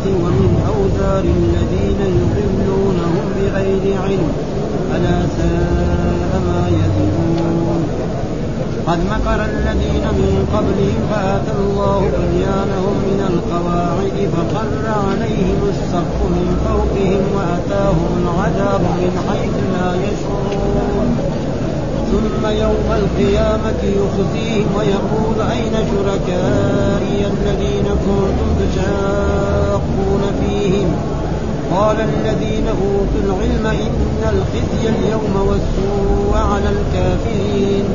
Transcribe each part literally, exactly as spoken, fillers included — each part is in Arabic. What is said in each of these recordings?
ومن أوزار الذين يضلونهم بغير علم ألا ساء ما يزرون. قد مكر الذين من قبلهم فأتى الله بنيانهم من القواعد فخر عليهم السقف من فوقهم وأتاهم العذاب من حيث لا يشعرون. ثم يوم القيامة يخزيهم ويقول أين شركائي الذين كنتم تشاقون فيهم قال الذين أوتوا العلم إن الخزي اليوم والسوء على الكافرين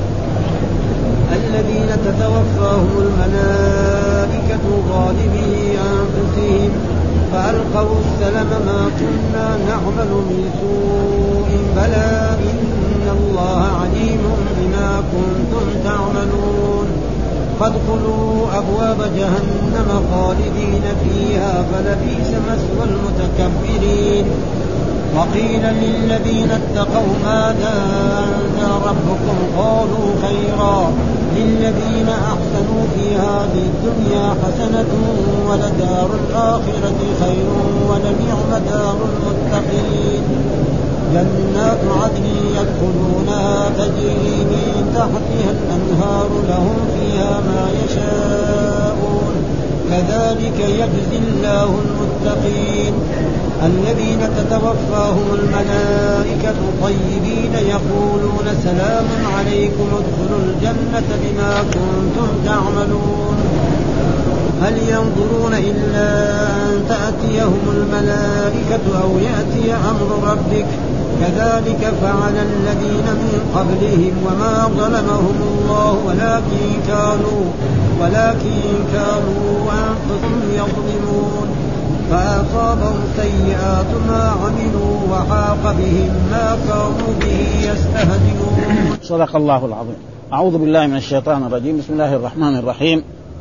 الذين تتوفاهم الملائكة ظالمي أنفسهم فألقوا السلم ما كنا نعمل من سوء بلى إن الله عليم بما كنتم تعملون. فادخلوا أبواب جهنم خالدين فيها فلبئس مثوى المتكبرين. وقيل للذين اتقوا ماذا أنزل ربكم قالوا خيرا للذين أحسنوا في هذه الدنيا حسنة ولدار الآخرة خير ولنعم دار المتقين. جنات عدن يدخلونها تجري من تحتها الأنهار لهم فيها ما يشاءون كذلك يجزي الله المتقين. الذين تتوفاهم الملائكة طيبين يقولون سلام عليكم ادخلوا الجنة بما كنتم تعملون. هل ينظرون إلا أن تأتيهم الملائكة أو يأتي أمر ربك كذلك فعل الذين من قبلهم وما ظلمهم الله ولكن كانوا ولكن كانوا أنفسهم يظلمون. فأصابهم سيئات ما عملوا وحاق بهم ما كانوا به يستهزئون. صدق الله العظيم. أعوذ بالله من الشيطان الرجيم. بسم الله الرحمن الرحيم.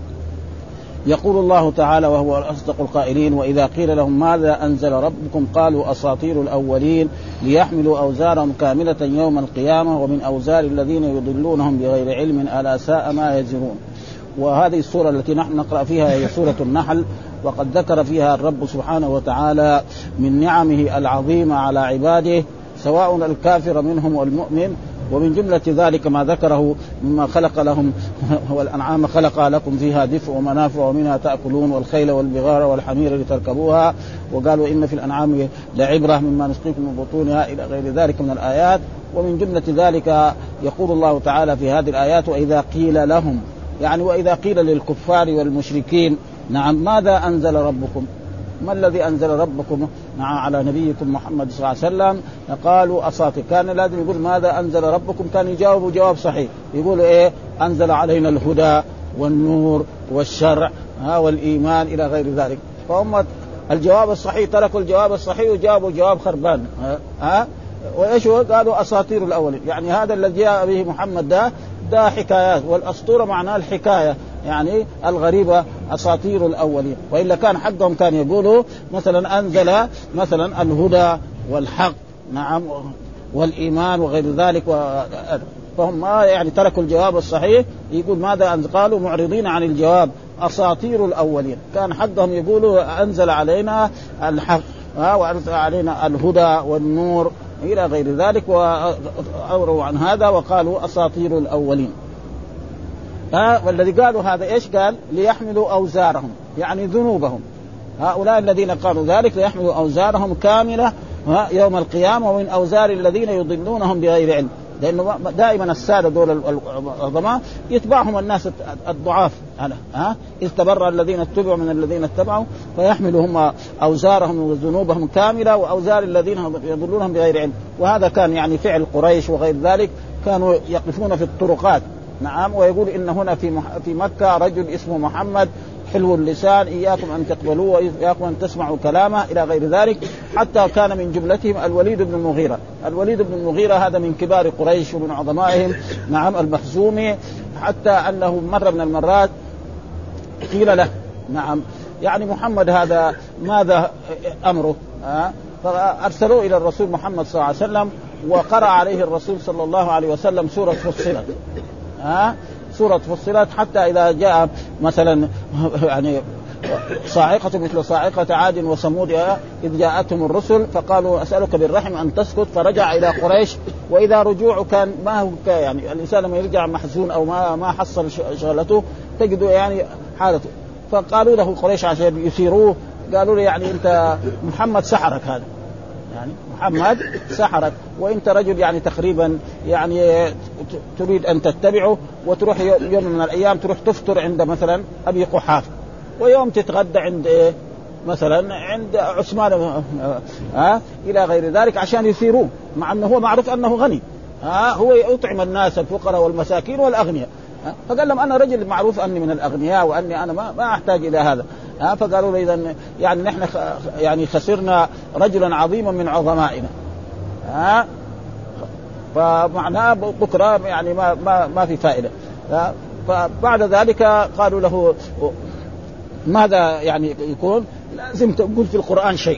يقول الله تعالى وهو أصدق القائلين وإذا قيل لهم ماذا أنزل ربكم قالوا أساطير الأولين ليحملوا أوزارهم كاملة يوم القيامة ومن أوزار الذين يضلونهم بغير علم ألا ساء ما يزرون. وهذه السورة التي نحن نقرأ فيها هي سورة النحل، وقد ذكر فيها الرب سبحانه وتعالى من نعمه العظيمة على عباده سواء الكافر منهم والمؤمن. ومن جملة ذلك ما ذكره مما خلق لهم والأنعام خلق لكم فيها دفء ومنافع ومنها تأكلون والخيل والبغار والحمير لتركبوها وقالوا إن في الأنعام لعبرة مما نسقيكم من بطونها إلى غير ذلك من الآيات. ومن جملة ذلك يقول الله تعالى في هذه الآيات وإذا قيل لهم، يعني وإذا قيل للكفار والمشركين نعم ماذا أنزل ربكم، ما الذي أنزل ربكم نعم على نبيكم محمد صلى الله عليه وسلم، قالوا أساطير. كان لازم يقول ماذا أنزل ربكم، كان يجاوبوا جواب صحيح، يقولوا إيه أنزل علينا الهدى والنور والشرع ها والإيمان إلى غير ذلك. فهم الجواب الصحيح تركوا الجواب الصحيح وجابوا جواب خربان ها, ها؟ وإيش قالوا أساطير الأولين، يعني هذا الذي جاء به محمد ده ده حكايات، والأسطورة معناها الحكاية يعني الغريبة أساطير الأولين. وإلا كان حقهم كان يقولوا مثلا أنزل مثلا الهدى والحق نعم والإيمان وغير ذلك. فهم ما يعني تركوا الجواب الصحيح، يقول ماذا أنزل، قالوا معرضين عن الجواب أساطير الأولين. كان حقهم يقولوا أنزل علينا الحق وأنزل علينا الهدى والنور إلى غير ذلك، وأوروا عن هذا وقالوا أساطير الأولين. ها والذي قالوا هذا إيش قال ليحملوا أوزارهم يعني ذنوبهم. هؤلاء الذين قالوا ذلك ليحملوا أوزارهم كاملة يوم القيامة ومن أوزار الذين يضلونهم بغير علم. لأنه دائما السادة دول العظماء يتبعهم الناس الضعاف. ها إذ تبرأ الذين اتبعوا من الذين اتبعوا فيحملوا هم أوزارهم وذنوبهم كاملة وأوزار الذين يضلونهم بغير علم. وهذا كان يعني فعل قريش وغير ذلك، كانوا يقفون في الطرقات نعم ويقول إن هنا في في مكة رجل اسمه محمد حلو اللسان إياكم أن تقبلوه وإياكم أن تسمعوا كلامه إلى غير ذلك. حتى كان من جملتهم الوليد بن المغيرة. الوليد بن المغيرة هذا من كبار قريش ومن عظمائهم نعم المخزومي، حتى أنه مرة من المرات قيل له نعم يعني محمد هذا ماذا أمره، فأرسلوا إلى الرسول محمد صلى الله عليه وسلم وقرأ عليه الرسول صلى الله عليه وسلم سورة فصلت. ها سورة فصلت حتى إذا جاء مثلا يعني صاعقة مثل صاعقة عاد وثمود إذ جاءتهم الرسل فقالوا أسألك بالرحم أن تسكت، فرجع إلى قريش. وإذا رجوع كان ما هو يعني الإنسان لما يرجع محزون أو ما ما حصل شغلته تجده يعني حالته. فقالوا له قريش عشان يثيروه قالوا له يعني أنت محمد سحرك، هذا يعني محمد سحرك، وانت رجل يعني تقريبا يعني تريد ان تتبعه وتروح يوم من الايام تروح تفطر عند مثلا ابي قحافه، ويوم تتغدى عند إيه مثلا عند عثمان ها الى غير ذلك عشان يثيروه، مع انه هو معروف انه غني، ها هو يطعم الناس الفقراء والمساكين والاغنياء. فقال لهم انا رجل معروف اني من الاغنياء واني انا ما, ما احتاج الى هذا. ها فقالوا له اذا يعني نحن يعني خسرنا رجلا عظيما من عظمائنا، ها فمعناه بكره يعني ما ما ما في فائده. فبعد ذلك قالوا له ماذا يعني يكون؟ لازم تقول في القرآن شيء،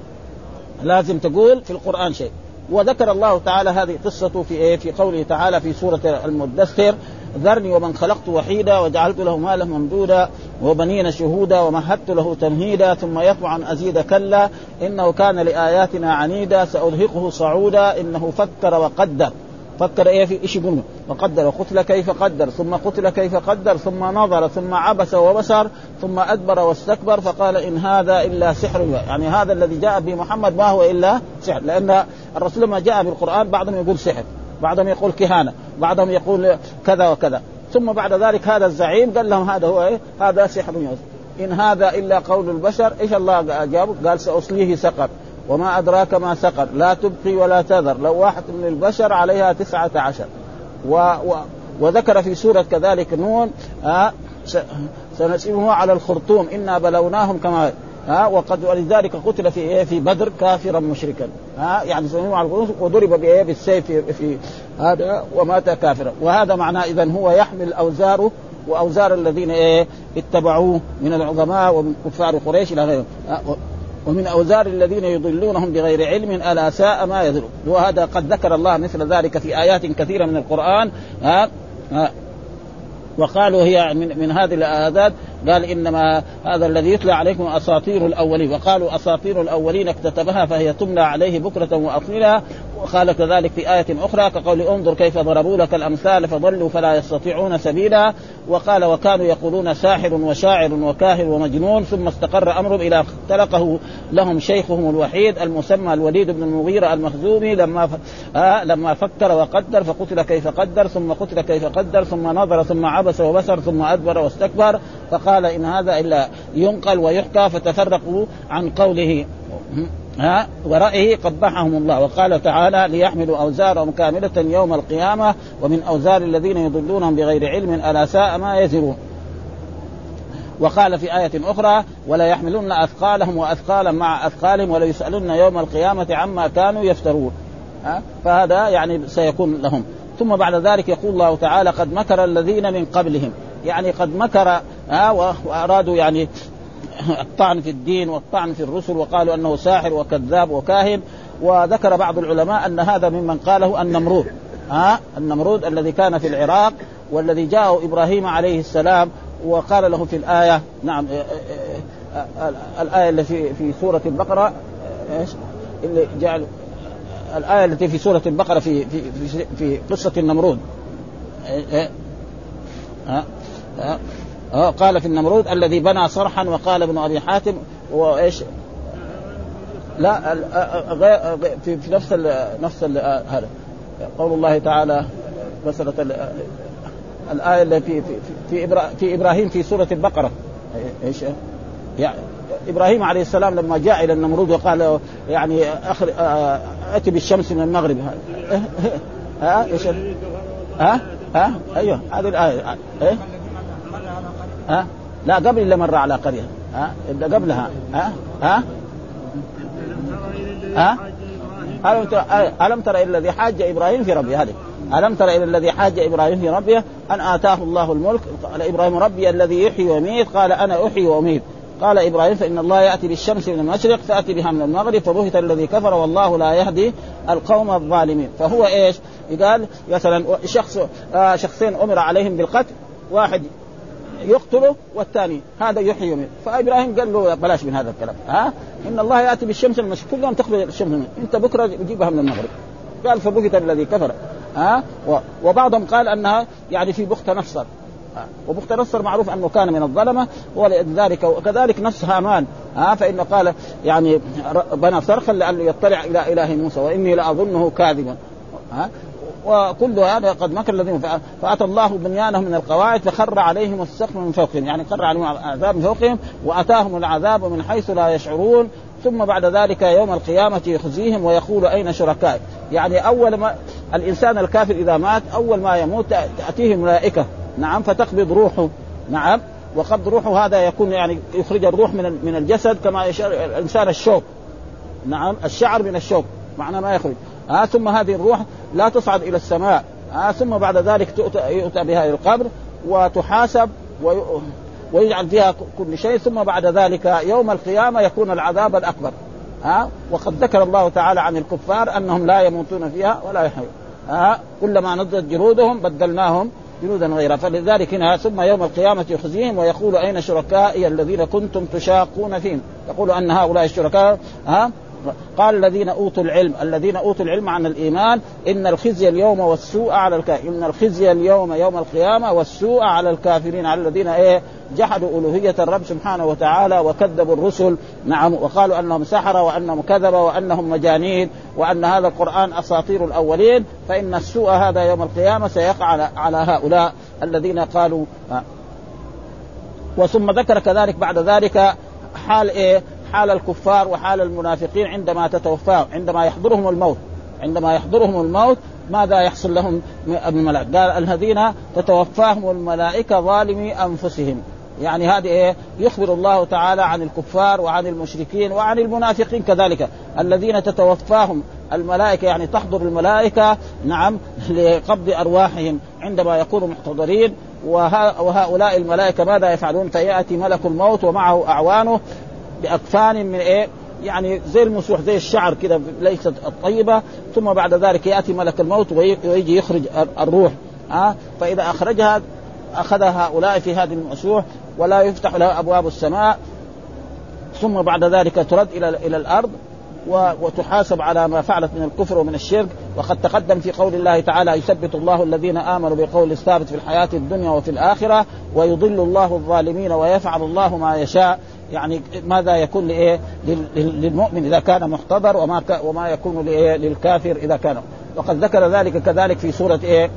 لازم تقول في القرآن شيء. وذكر الله تعالى هذه قصته في إيه؟ في قوله تعالى في سورة المدثر: ذرني ومن خلقت وحيدا وجعلت له مالا ممدودا وبنين شهودا ومهدت له تمهيدا ثم يطمع أن أزيد كلا إنه كان لآياتنا عنيدا سأرهقه صعودا إنه فكر وقدر. فكر ايه في ايش يقول وقدر وقتل كيف قدر ثم قتل كيف قدر ثم نظر ثم عبس وبصر ثم أدبر واستكبر فقال إن هذا إلا سحر. يعني هذا الذي جاء به محمد ما هو إلا سحر، لأن الرسول ما جاء بالقرآن بعضهم يقول سحر، بعضهم يقول كهانة، بعضهم يقول كذا وكذا، ثم بعد ذلك هذا الزعيم قال لهم هذا هو إيه؟ هذا سحر يوسف. إن هذا إلا قول البشر. إيش الله أجابه؟ قال سأصليه سقر وما أدراك ما سقر لا تبقي ولا تذر لواحة من البشر عليها تسعة عشر. و و وذكر في سورة كذلك نون آه سنسئمه على الخرطوم إنا بلوناهم كما آه وقد ولذلك قتل في إيه في بدر كافرا مشركا آه يعني سنسئمه على الخرطوم وضرب بإيه بالسيف في, في هذا ومات كافرا. وهذا معناه إذن هو يحمل أوزاره وأوزار الذين إيه اتبعوه من العظماء ومن كفار قريش إلى غيرهم آه ومن أوزار الذين يضلونهم بغير علم ألا ساء ما يذرون. وهذا قد ذكر الله مثل ذلك في آيات كثيرة من القرآن. ها ها وقالوا هي من, من هذه الآيات قال إنما هذا الذي يتلى عليكم أساطير الأولين، وقالوا أساطير الأولين اكتتبها فهي تملى عليه بكرة وأصيلا. وقال كذلك في آية أخرى كقول انظر كيف ضربوا لك الأمثال فضلوا فلا يستطيعون سبيلا. وقال وكانوا يقولون ساحر وشاعر وكاهن ومجنون ثم استقر أمرهم إلى اختلقه لهم شيخهم الوحيد المسمى الوليد بن المغيرة المخزومي لما آه لما فكر وقدر فقتل كيف قدر ثم قتل كيف قدر ثم نظر ثم عبس وبصر ثم أدبر واستكبر فقال إن هذا إلا ينقل ويحكى فتفرقوا عن قوله ها ورأيه قبحهم الله. وقال تعالى ليحملوا أوزارهم كاملة يوم القيامة ومن أوزار الذين يضلونهم بغير علم ألا ساء ما يزرون. وقال في آية أخرى ولا يحملون أثقالهم وأثقالا مع أثقالهم ولا يسألون يوم القيامة عما كانوا يفترون. ها فهذا يعني سيكون لهم. ثم بعد ذلك يقول الله تعالى قد مكر الذين من قبلهم، يعني قد مكر ها وأرادوا يعني الطعن في الدين والطعن في الرسل وقالوا أنه ساحر وكذاب وكاهن. وذكر بعض العلماء أن هذا ممن قاله النمرود ها النمرود الذي كان في العراق والذي جاءه إبراهيم عليه السلام وقال له في الآية نعم الآية التي في في سورة البقرة إيش اللي جعل الآية التي في سورة البقرة في في في, في قصة النمرود ها ها آه قال في النمرود الذي بنى صرحا وقال ابن أبي حاتم وإيش لا في, في نفس ال نفس هذا قول الله تعالى مسألة الآية التي في في, في, في إبراهيم في سورة البقرة إيش يعني إبراهيم عليه السلام لما جاء إلى النمرود وقال يعني أخر أتي بالشمس من المغرب ها إيش ها ها أيوه هذه الآية إيه ها لا قبل اللي مر على قرية ها قبلها ها ها ها ألم ترى إلى الذي حاج إبراهيم في ربه هذه ألم ترى إلى الذي حاج إبراهيم في ربه أن آتاه الله الملك قال إبراهيم ربي الذي يحيي ويميت قال أنا أحيي وأميت قال إبراهيم فإن الله يأتي بالشمس من المشرق فأتي بها من المغرب فبهت الذي كفر والله لا يهدي القوم الظالمين. فهو إيش قال مثلا شخص آه شخصين أمر عليهم بالقتل، واحد يقتله والثاني هذا يحيي منه. فإبراهيم قال له بلاش من هذا الكلام، ها إن الله يأتي بالشمس المشرق، كل يوم تخرج الشمس منه، أنت بكرة تجيبها من المغرب. قال فبهت الذي كفر. ها وبعضهم قال أنها يعني في بخت نصر، وبخت نصر معروف أنه كان من الظلمة، ولذلك وكذلك نفس هامان، ها فإنه قال يعني بنى صرخا لأنه يطلع إلى إله موسى وإني لأظنه كاذبا. ها وكل هذا قد مكر الذين فأتى الله بنيانهم من القواعد فخر عليهم السقف من فوقهم، يعني خر عليهم العذاب من فوقهم وأتاهم العذاب من حيث لا يشعرون. ثم بعد ذلك يوم القيامة يخزيهم ويقول أين شركائي. يعني أول ما الإنسان الكافر إذا مات أول ما يموت تأتيه الملائكة، نعم، فتقبض روحه، نعم، وقبض روحه هذا يكون يعني يخرج الروح من من الجسد كما يشعر الإنسان الشوك، نعم، الشعر من الشوك معنى ما يخرج. آه ثم هذه الروح لا تصعد إلى السماء، آه ثم بعد ذلك يؤتى بها إلى القبر وتحاسب ويجعل فيها كل شيء. ثم بعد ذلك يوم القيامة يكون العذاب الأكبر. آه وقد ذكر الله تعالى عن الكفار أنهم لا يموتون فيها ولا يحيون، آه كلما نضجت جلودهم بدلناهم جلودا غيرها. فلذلك هنا ثم يوم القيامة يخزيهم ويقول أين شركائي الذين كنتم تشاقون فيهم. يقول أن هؤلاء الشركاء ها قال الذين أوتوا العلم الذين أوتوا العلم عن الإيمان إن الخزي اليوم والسوء على الكافرين إن الخزي اليوم يوم القيامة والسوء على الكافرين على الذين إيه جحدوا ألوهية الرب سبحانه وتعالى وكذبوا الرسل، نعم، وقالوا أنهم سحرة وأنهم كذبة وأنهم مجانين وأن هذا القرآن أساطير الأولين. فإن السوء هذا يوم القيامة سيقع على هؤلاء الذين قالوا. وثم ذكر كذلك بعد ذلك حال إيه حال الكفار وحال المنافقين عندما تتوفاهم عندما يحضرهم الموت عندما يحضرهم الموت ماذا يحصل لهم الملائكة؟ قال الذين تتوفاهم الملائكة ظالمي أنفسهم. يعني هذه إيه يخبر الله تعالى عن الكفار وعن المشركين وعن المنافقين كذلك الذين تتوفاهم الملائكة، يعني تحضر الملائكة، نعم، لقبض أرواحهم عندما يكونوا محتضرين. وهؤلاء الملائكة ماذا يفعلون؟ فيأتي ملك الموت ومعه أعوانه بأكفان من إيه يعني زي المسوح زي الشعر كده ليست الطيبة. ثم بعد ذلك يأتي ملك الموت ويجي يخرج الروح، ها فإذا أخرجها أخذها هؤلاء في هذه المسوح ولا يفتح لها أبواب السماء. ثم بعد ذلك ترد إلى إلى الأرض وتحاسب على ما فعلت من الكفر ومن الشرك. وقد تقدم في قول الله تعالى يثبت الله الذين آمنوا بقول الثابت في الحياة الدنيا وفي الآخرة ويضل الله الظالمين ويفعل الله ما يشاء. يعني ماذا يكون لإيه للمؤمن إذا كان محتضر وما وما يكون لإيه للكافر إذا كان. وقد ذكر ذلك كذلك في سورة إيه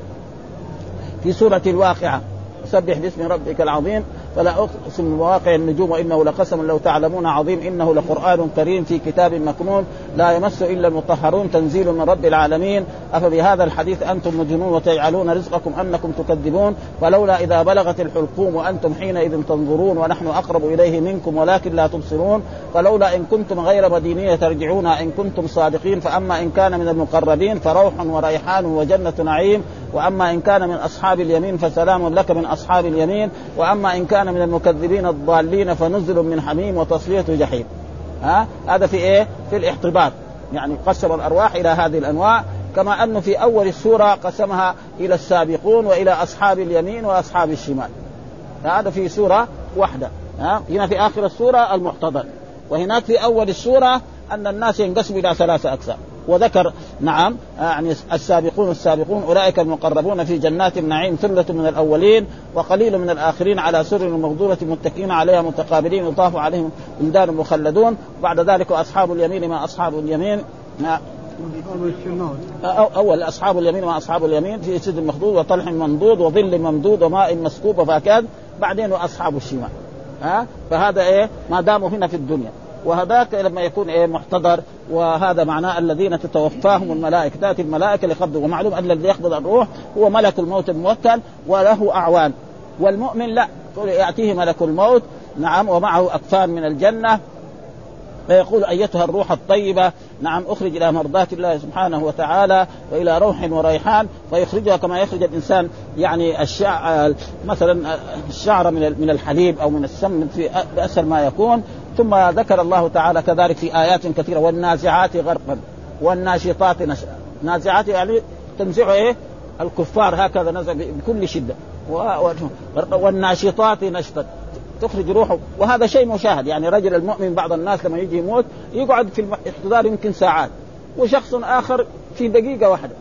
في سورة الواقعة سبح باسم ربك العظيم فلا أقسم بمواقع النجوم وإنه لقسم لو تعلمون عظيم إنه لقرآن كريم في كتاب مكنون لا يمس إلا المطهرون تنزيل من رب العالمين أفبهذا الحديث أنتم مجنون وتجعلون رزقكم أنكم تكذبون فلولا إذا بلغت الحلقوم وأنتم حينئذ تنظرون ونحن أقرب إليه منكم ولكن لا تبصرون فلولا إن كنتم غير مدينين ترجعون إن كنتم صادقين فأما إن كان من المقربين فروح وريحان وجنة نعيم وأما إن كان من أصحاب اليمين فسلام لك من أصحاب اليمين وأما إن كان من المكذبين الضالين فنزل من حميم وتصلية جحيم. ها هذا في إيه في الاحتضار، يعني قسم الأرواح إلى هذه الأنواع كما أنه في أول السورة قسمها إلى السابقون وإلى أصحاب اليمين وأصحاب الشمال. هذا في سورة واحدة. ها هنا في آخر السورة المحتضر، وهناك في أول السورة أن الناس ينقسم إلى ثلاثة أقسام. وذكر نعم يعني السابقون السابقون أولئك المقربون في جنات النعيم ثلة من الأولين وقليل من الآخرين على سرر مغضورة متكئين عليها متقابلين يطاف عليهم ولدان مخلدون. بعد ذلك أصحاب اليمين ما أصحاب اليمين أول أصحاب اليمين ما أصحاب اليمين في سدر مخضود وطلح منضود وظل ممدود وماء مسكوب وفاكهة. بعدين وأصحاب الشمال. ها فهذا إيه ما داموا هنا في الدنيا. وهذاك لما يكون إيه محتضر، وهذا معناه الذين تتوفاهم الملائكة تأتي الملائكة لقبض. ومعلوم أن الذي يقبض الروح هو ملك الموت الموكل وله أعوان، والمؤمن لا يأتيه ملك الموت نعم ومعه أكفان من الجنة فيقول أيتها الروح الطيبة نعم أخرج إلى مرضات الله سبحانه وتعالى وإلى روح وريحان فيخرجها كما يخرج الإنسان يعني الشعر مثلا الشعر من الحليب أو من السمن في بأسهل ما يكون. ثم ذكر الله تعالى كذلك في آيات كثيرة والنازعات غرقا والناشطات نشطا. نازعات يعني تنزع إيه الكفار هكذا نزع بكل شدة. والناشطات نشطا تخرج روحه، وهذا شيء مشاهد. يعني رجل المؤمن بعض الناس لما يجي يموت يقعد في الاحتضار يمكن ساعات، وشخص آخر في دقيقة واحدة.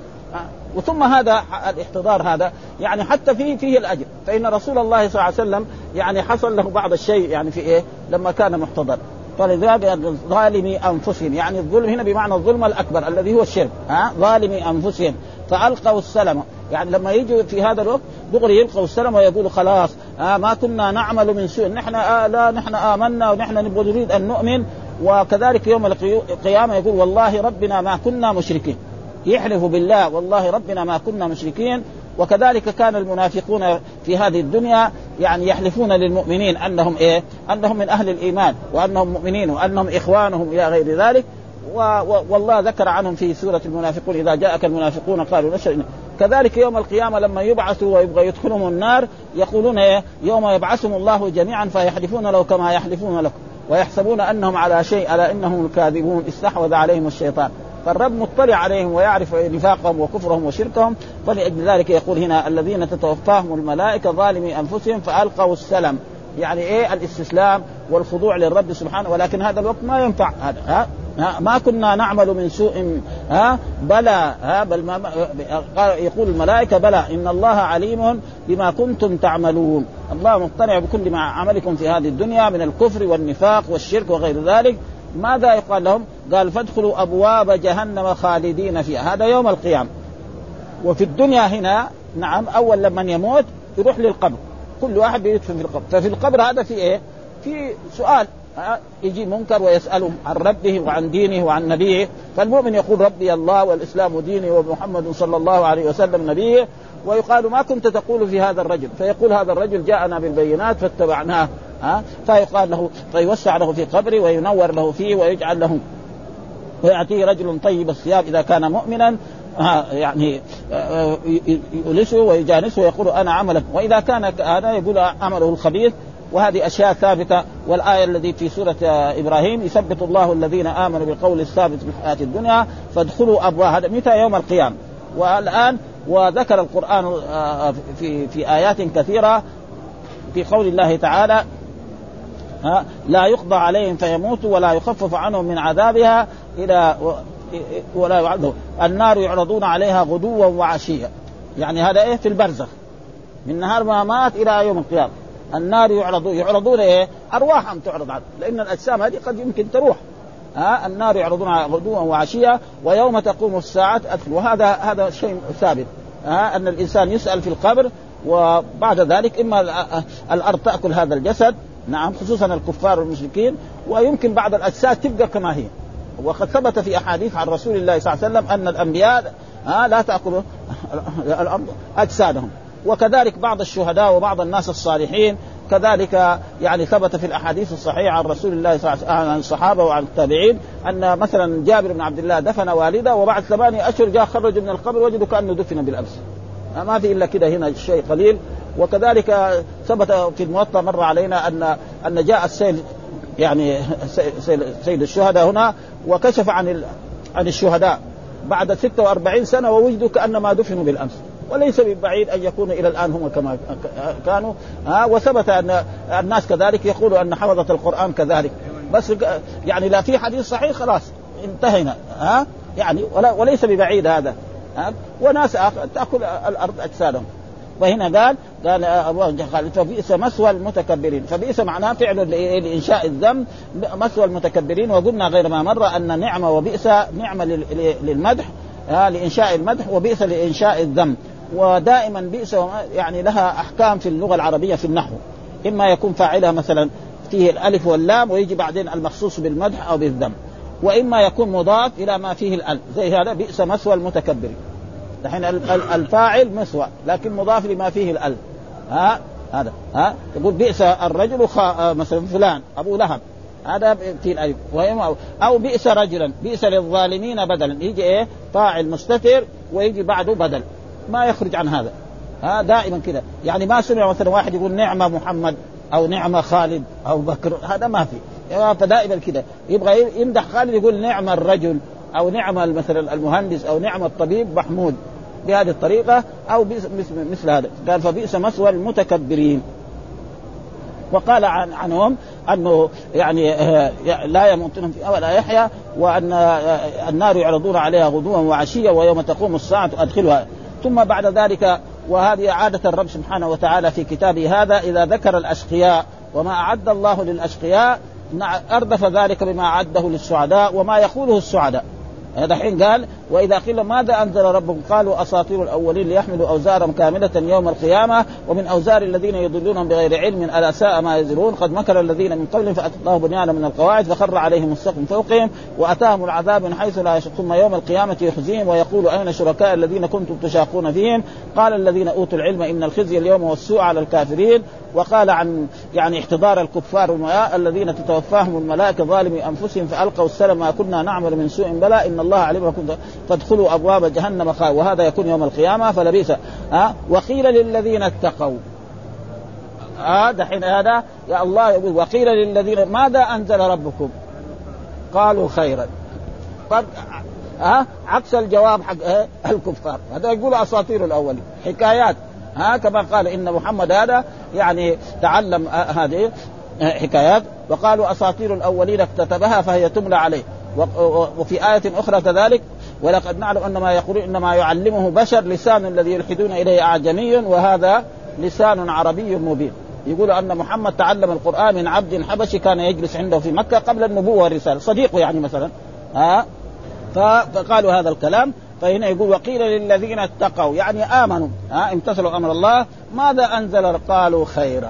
وثم هذا الاحتضار هذا يعني حتى فيه فيه الأجر، فإن رسول الله صلى الله عليه وسلم يعني حصل له بعض الشيء يعني في إيه لما كان محتضر. فلذلك ظالمي أنفسهم، يعني الظلم هنا بمعنى الظلم الأكبر الذي هو الشرك، ها ظالمي أنفسهم فألقوا السلم. يعني لما يجوا في هذا الوقت دغري يلقوا السلم ويقولوا خلاص آه ما كنا نعمل من سوء، نحن آه لا نحن آمنا ونحن نبغى نريد أن نؤمن. وكذلك يوم القيامة يقول والله ربنا ما كنا مشركين، يحلف بالله والله ربنا ما كنا مشركين. وكذلك كان المنافقون في هذه الدنيا يعني يحلفون للمؤمنين أنهم إيه أنهم من أهل الإيمان وأنهم مؤمنين وأنهم إخوانهم إلى غير ذلك. والله ذكر عنهم في سورة المنافقون إذا جاءك المنافقون قالوا نشهد. كذلك يوم القيامة لما يبعثوا ويبغى يدخلهم النار يقولون إيه يوم يبعثهم الله جميعا فيحلفون له كما يحلفون لكم ويحسبون أنهم على شيء ألا إنهم الكاذبون استحوذ عليهم الشيطان. فالرب مطلع عليهم ويعرف نفاقهم وكفرهم وشركهم. فلأجل ذلك يقول هنا الذين تتوفاهم الملائكة ظالمي أنفسهم فألقوا السلم، يعني إيه الاستسلام والخضوع للرب سبحانه. ولكن هذا الوقت ما ينفع هذا ها ها ما كنا نعمل من سوء ها بلى ها بل ما يقول الملائكة بلى إن الله عليم بما كنتم تعملون. الله مقتنع بكل ما عملكم في هذه الدنيا من الكفر والنفاق والشرك وغير ذلك. ماذا يقال لهم؟ قال فادخلوا أبواب جهنم خالدين فيها، هذا يوم القيامة. وفي الدنيا هنا نعم أول لما يموت يروح للقبر، كل واحد بيدفن في القبر. ففي القبر هذا في إيه؟ في سؤال، يجي منكر ويسألهم عن ربه وعن دينه وعن نبيه. فالمؤمن يقول ربي الله والإسلام ديني ومحمد صلى الله عليه وسلم نبيه. ويقال ما كنت تقول في هذا الرجل؟ فيقول هذا الرجل جاءنا بالبينات فاتبعناه. ها فيقال له فيوسع له في قبره وينور له فيه ويجعل له ويأتيه رجل طيب الثياب إذا كان مؤمنا يعني يؤلسه ويجانسه ويقول أنا عملك، وإذا كان هذا يقول عمله الخبيث. وهذه أشياء ثابتة. والآية التي في سورة إبراهيم يثبت الله الذين آمنوا بالقول الثابت في الحياة الدنيا فادخلوا أبواب، هذا متى؟ يوم القيامة. والآن وذكر القرآن في في آيات كثيرة في قول الله تعالى ها لا يقضى عليهم فيموتوا ولا يخفف عنهم من عذابها إلى ولا يعذبوا النار يعرضون عليها غدوا وعشيا. يعني هذا إيه في البرزخ من نهار ما مات إلى يوم القيامة. النار يعرضون يعرضون إيه أرواحهم تعرض عنه، لأن الأجسام هذه قد يمكن تروح. ها النار يعرضون غدوا وعشيا ويوم تقوم الساعة أدخل. وهذا هذا شيء ثابت، ها أن الإنسان يسأل في القبر وبعد ذلك إما الأرض تأكل هذا الجسد، نعم خصوصا الكفار والمشركين، ويمكن بعض الأجساد تبقى كما هي. وقد ثبت في أحاديث عن رسول الله صلى الله عليه وسلم أن الأنبياء ها لا تأكل الأرض أجسادهم. وكذلك بعض الشهداء وبعض الناس الصالحين كذلك يعني ثبت في الأحاديث الصحيحة عن رسول الله صلى الله عليه وسلم عن الصحابة وعن التابعين أن مثلا جابر بن عبد الله دفن والده وبعد ثمانية أشهر جاء خرج من القبر وجدوا كأنه دفن بالأمس. ما في إلا كده هنا شيء قليل. وكذلك ثبت في الموطأ مر علينا أن أن جاء السيد يعني سيد الشهداء هنا وكشف عن عن الشهداء بعد ستة وأربعين سنة ووجدوا كأنما دفنوا بالأمس. وليس ببعيد أن يكونوا إلى الآن هم كما كانوا. ها وثبت أن الناس كذلك يقولوا أن حفظة القرآن كذلك. بس يعني لا في حديث صحيح خلاص انتهينا. ها يعني ولا وليس ببعيد هذا. ها وناس تأكل الأرض أجسادهم. وهنا قال قال قال فبئس مثوى المتكبرين. فبئس معناه فعل لإنشاء الذم مثوى المتكبرين. وقلنا غير ما مر أن نعمة وبئس نعمة للمدح لإنشاء المدح وبئس لإنشاء الذم. ودائما بئس يعني لها أحكام في اللغة العربية في النحو، إما يكون فاعلها مثلا فيه الألف واللام ويجي بعدين المخصوص بالمدح أو بالذم، وإما يكون مضاف إلى ما فيه الألف زي هذا بئس مثوى المتكبرين. الحين الفاعل مثوى لكن مضاف لما فيه الألف. ها هذا ها تقول بئس الرجل مثلا فلان أبو لهب هذا في الألف. أو بئس رجلا بئس للظالمين بدلا يجي إيه فاعل مستتر ويجي بعده بدل ما يخرج عن هذا. ها دائما كده يعني ما سمع مثلا واحد يقول نعمة محمد أو نعمة خالد أو بكر، هذا ما في. فدائما كده يبغى يمدح خالد يقول نعم الرجل أو نعم مثلا المهندس أو نعم الطبيب محمود. بهذه الطريقة أو مثل هذا. قال فبئس مثوى المتكبرين. وقال عن عنهم أنه يعني لا يموتون فيها ولا يحيى، وأن النار يعرضون عليها غدوا وعشيا ويوم تقوم الساعة أدخلها. ثم بعد ذلك، وهذه عادة الرب سبحانه وتعالى في كتابه هذا، إذا ذكر الأشقياء وما أعد الله للأشقياء أردف ذلك بما أعده للسعداء وما يقوله السعداء. هذا حين قال وإذا قيل ماذا أنزل ربكم قالوا أساطير الأولين ليحملوا أوزارهم كاملة يوم القيامة ومن أوزار الذين يضلون بغير علم ألا ساء ما يزرون قد مكر الذين من قبل فأتى الله بنيانا من القواعد فخر عليهم السقف فوقهم وأتاهم العذاب من حيث لا يشعرون ثم يوم القيامة يخزيهم ويقول أين شركاء الذين كنتم تشاقون فيهم قال الذين أوتوا العلم إن الخزي اليوم والسوء على الكافرين. وقال عن يعني احتضار الكفار الذين تتوفاهم الملائكة ظالمي أنفسهم فألقوا السلام ما كنا نعمل من سوء بلى إن الله علم كنتم فادخلوا أبواب جهنم خالدين وهذا يكون يوم القيامة فلبئس. ها وقيل للذين اتقوا هذا حين هذا يا الله يقول وقيل للذين ماذا أنزل ربكم قالوا خيرا. طب ها عكس الجواب حق الكفار هذا يقول أساطير الأولين حكايات. ها كما قال إن محمد هذا يعني تعلم هذه حكايات وقالوا أساطير الأولين اكتتبها فهي تملى عليه. وفي آية أخرى كذلك ولقد نعلم أن ما يقولون إنما يعلمه بشر لسان الذي يلحدون إليه أعجمي وهذا لسان عربي مبين. يقول أن محمد تعلم القرآن من عبد حبشي كان يجلس عنده في مكة قبل النبوة والرسالة صديقه يعني مثلا. ها فقالوا هذا الكلام. فهنا يقول وقيل للذين اتقوا يعني آمنوا ها امتثلوا أمر الله ماذا أنزل قالوا خيرا.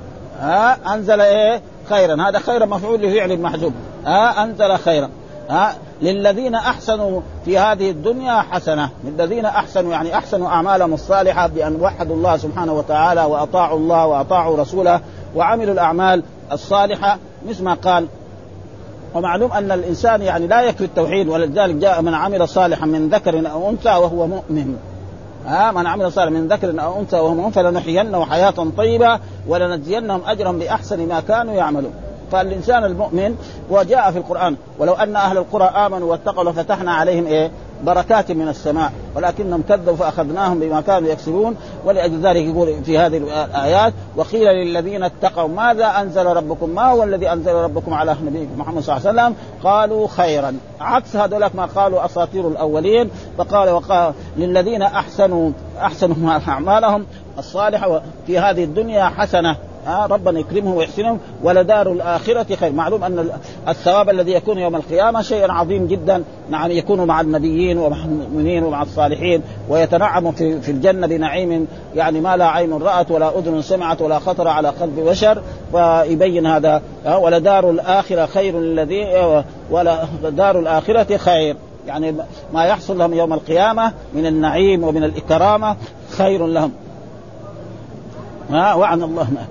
ها أنزل إيه خيرا هذا خيرا مفعول لفعل محذوف. ها أنزل خيرا. ها للذين أحسنوا في هذه الدنيا حسنة للذين أحسنوا يعني أحسنوا أعمالهم الصالحة بأن وحدوا الله سبحانه وتعالى وأطاعوا الله وأطاعوا رسوله وعملوا الأعمال الصالحة مثل ما قال. ومعلوم أن الإنسان يعني لا يكفي التوحيد ولذلك جاء من عمل صالحا من ذكر أو أنثى وهو مؤمن. ها من عمل صالحا من ذكر أو أنثى وهو مؤمن فلنحيينه حياة طيبة ولنجزينهم أجرهم بأحسن ما كانوا يعملون. فالإنسان المؤمن وجاء في القرآن ولو أن أهل القرى آمنوا واتقوا لفتحنا عليهم إيه بركات من السماء ولكنهم كذبوا فأخذناهم بما كانوا يكسبون. ولأجل ذلك يقول في هذه الآيات وقيل للذين اتقوا ماذا أنزل ربكم ما هو الذي أنزل ربكم على نبيكم محمد صلى الله عليه وسلم قالوا خيرا عكس هذولك ما قالوا أساطير الأولين. فقال وقال للذين أحسنوا أحسنوا أعمالهم الصالحة في هذه الدنيا حسنة آه ربنا يكرمه ويحسنهم ولدار الآخرة خير. معلوم أن الثواب الذي يكون يوم القيامة شيء عظيم جدا. نعم يكون مع النبيين ومع المؤمنين ومع الصالحين ويتنعم في, في الجنة بنعيم يعني ما لا عين رأت ولا أذن سمعت ولا خطر على قلب بشر. فيبين هذا آه ولدار الآخرة خير الذي ولدار الآخرة خير يعني ما يحصل لهم يوم القيامة من النعيم ومن الإكرامة خير لهم. ها آه وعن الله ما.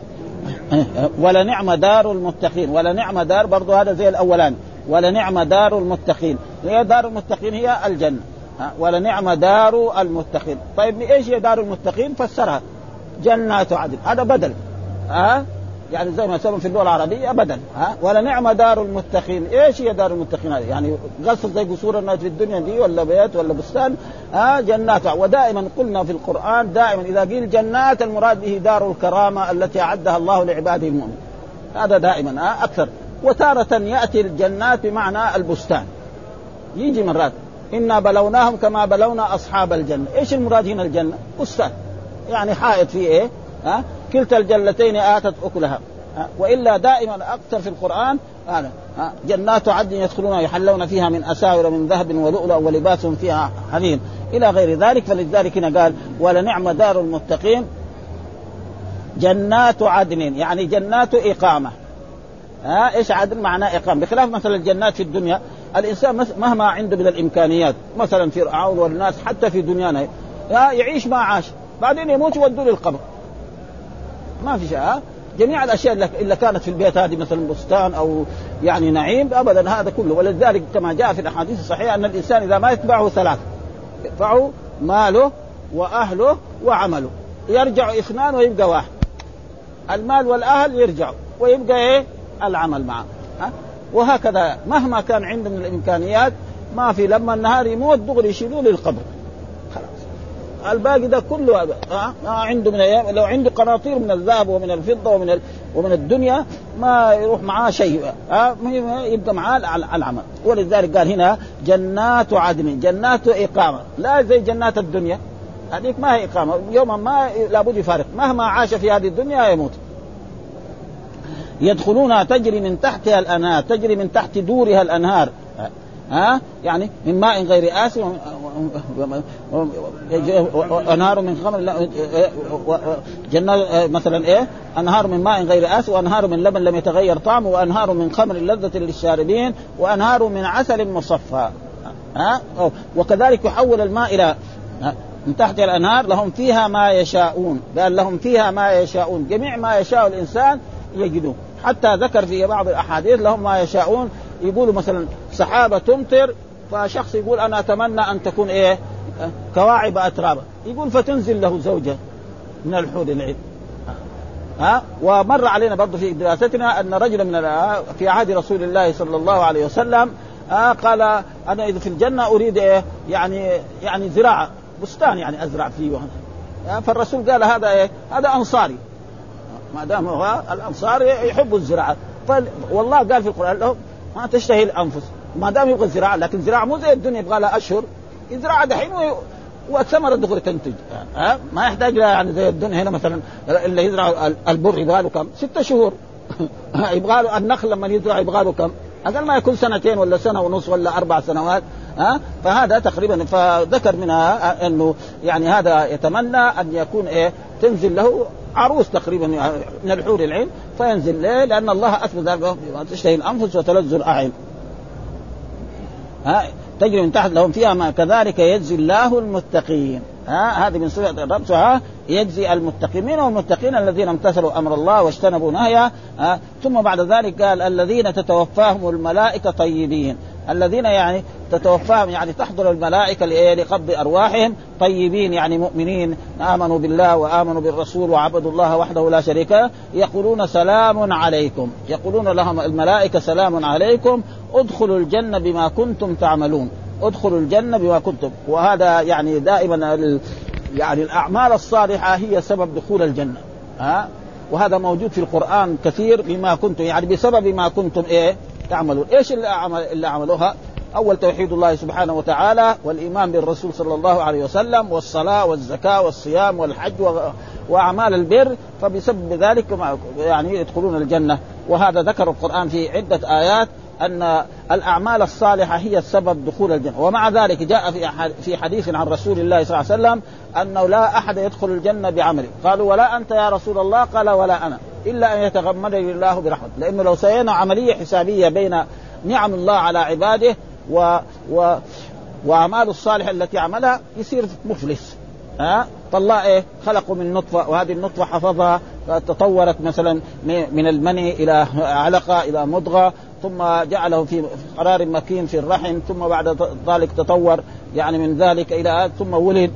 ولنعم دار المتقين ولنعم دار برضو هذا زي الأولان ولنعم دار المتقين. هي دار المتقين هي الجنة. ولنعم دار المتقين. طيب إيش هي دار المتقين فسرها جنات عدن هذا بدل ها يعني زي ما سموا في اللغة العربية بدل. ها ولنعم دار المتقين إيش هي دار المتقين هذه يعني قصد زي قصور الناس في الدنيا دي ولا بيت ولا بستان. ها جنات. ودائما قلنا في القرآن دائما إذا قيل جنات المراد به دار الكرامة التي أعدها الله لعباده المؤمنين هذا دائما ها أكثر. وتارة يأتي الجنات بمعنى البستان يجي مرات إنا بلوناهم كما بلونا أصحاب الجنة. إيش المراد هنا الجنة بستان يعني حائط فيه إيه ها كلتا الجنتين آتت أكلها. وإلا دائما أكثر في القرآن هذا جنات عدن يدخلون يحلون فيها من أساور من ذهب ولؤلؤ ولباسهم فيها حرير إلى غير ذلك. فلذلك هنا قال ولنعم دار المتقين جنات عدن يعني جنات إقامة. ها إيش عدن معناه إقامة بخلاف مثلا الجنات في الدنيا الإنسان مهما عنده من الإمكانيات مثلا فرعون والناس حتى في دنيانا يعيش ما عاش بعدين يموت ويودوا للقبر ما في شيء. جميع الأشياء اللي كانت في البيت هذه مثلا بستان أو يعني نعيم أبدا هذا كله. ولذلك كما جاء في الأحاديث الصحيحة أن الإنسان إذا ما يتبعه ثلاث يتبعه ماله وأهله وعمله يرجع اثنان ويبقى واحد. المال والأهل يرجعوا ويبقى إيه العمل معه. ها وهكذا مهما كان عنده من الإمكانيات ما في لما النهار يموت دغري يشيلوه للقبر خلاص الباقي ده كله ها عنده من أيام لو عنده قناطير من الذهب ومن الفضة ومن ال... ومن الدنيا ما يروح معاه شيء ها يبقى معاه على العمل. ولذلك قال هنا جنات عدن جنات إقامة لا زي جنات الدنيا هذيك ما هي إقامة يوما ما لابد يفارق مهما عاش في هذه الدنيا يموت. يدخلونها تجري من تحتها الأنهار تجري من تحت دورها الأنهار ها يعني من ماء غير آسن وأنهار من خمر جنات مثلا إيه أنهار من ماء غير آسن وأنهار من لبن لم يتغير طعمه وأنهار من خمر لذة للشاربين وأنهار من عسل مصفى ها وكذلك يحول الماء إلى من تحت الأنهار لهم فيها ما يشاءون قال لهم فيها ما يشاءون جميع ما يشاء الإنسان يجدون. حتى ذكر في بعض الأحاديث لهم ما يشاءون يقولوا مثلا سحابة تمطر فشخص يقول أنا أتمنى أن تكون إيه كواعب أترابا يقول فتنزل له زوجة من الحور العين ها. ومر علينا برضو في دراستنا أن رجل من في عهد رسول الله صلى الله عليه وسلم ها قال أنا إذا في الجنة أريد إيه يعني يعني زراعة بستان يعني أزرع فيه وهذا. فالرسول قال هذا إيه هذا أنصاري ما دام هو الأنصار يحبوا الزراعة. والله قال في القرآن لهم ما تشتهي الأنفس ما دام يبغى الزراعة لكن زراعة مو زي الدنيا يبغى لها أشهر يزرع دحين والثمرة دخل تنتج ها ما يحتاج لها يعني زي الدنيا هنا مثلا اللي يزرع البر يبغى له كم ستة شهور يبغى له النخل لما يزرع يبغى له كم أقل ما يكون سنتين ولا سنة ونص ولا أربع سنوات ها. فهذا تقريبا فذكر منها أنه يعني هذا يتمنى أن يكون إيه تنزل له عروس تقريبا من الحور العين فينزل ليه لأن الله أثبت ذلك تشتهي الأنفس وتلذ الأعين ها تجري من تحت لهم فيها ما كذلك يجزي الله المتقين ها. هذه من سورة الرب ها يجزي المتقين من المتقين الذين امتثلوا أمر الله واجتنبوا نهيه. ثم بعد ذلك قال الذين تتوفاهم الملائكة طيبين الذين يعني تتوفاهم يعني تحضر الملائكة لقبض أرواحهم طيبين يعني مؤمنين آمنوا بالله وآمنوا بالرسول وعبدوا الله وحده لا شريك له يقولون سلام عليكم يقولون لهم الملائكة سلام عليكم ادخلوا الجنة بما كنتم تعملون ادخلوا الجنة بما كنتم. وهذا يعني دائما يعني الأعمال الصالحة هي سبب دخول الجنة ها. وهذا موجود في القرآن كثير بما كنتم يعني بسبب ما كنتم إيه تعملون. إيش اللي, عمل اللي عملوها أول توحيد الله سبحانه وتعالى والإيمان بالرسول صلى الله عليه وسلم والصلاة والزكاة والصيام والحج وأعمال البر فبسبب ذلك يعني يدخلون الجنة. وهذا ذكر القرآن في عدة آيات أن الأعمال الصالحة هي السبب دخول الجنة. ومع ذلك جاء في حديث عن رسول الله صلى الله عليه وسلم أنه لا أحد يدخل الجنة بعمله قالوا ولا أنت يا رسول الله قال ولا أنا إلا أن يتغمدني الله برحمته. لأنه لو سوينا عملية حسابية بين نعم الله على عباده و... و... وأعمال الصالحة التي عملها يصير مفلس ها. فالله إيه خلقوا من نطفة وهذه النطفة حفظها تطورت مثلا من المني إلى علقة إلى مضغة ثم جعله في قرار مكين في الرحم ثم بعد ذلك تطور يعني من ذلك إلى ثم ولد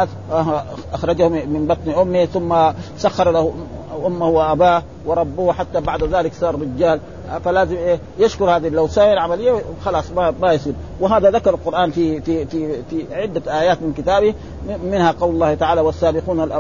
أخرجه من بطن أمه ثم سخر له أمه وأباه وربوه حتى بعد ذلك صار رجال. فلازم إيه يشكر هذه لو سائر عملية خلاص ما ما يصير. وهذا ذكر القرآن في في في في عدة آيات من كتابه منها قول الله تعالى والسابقون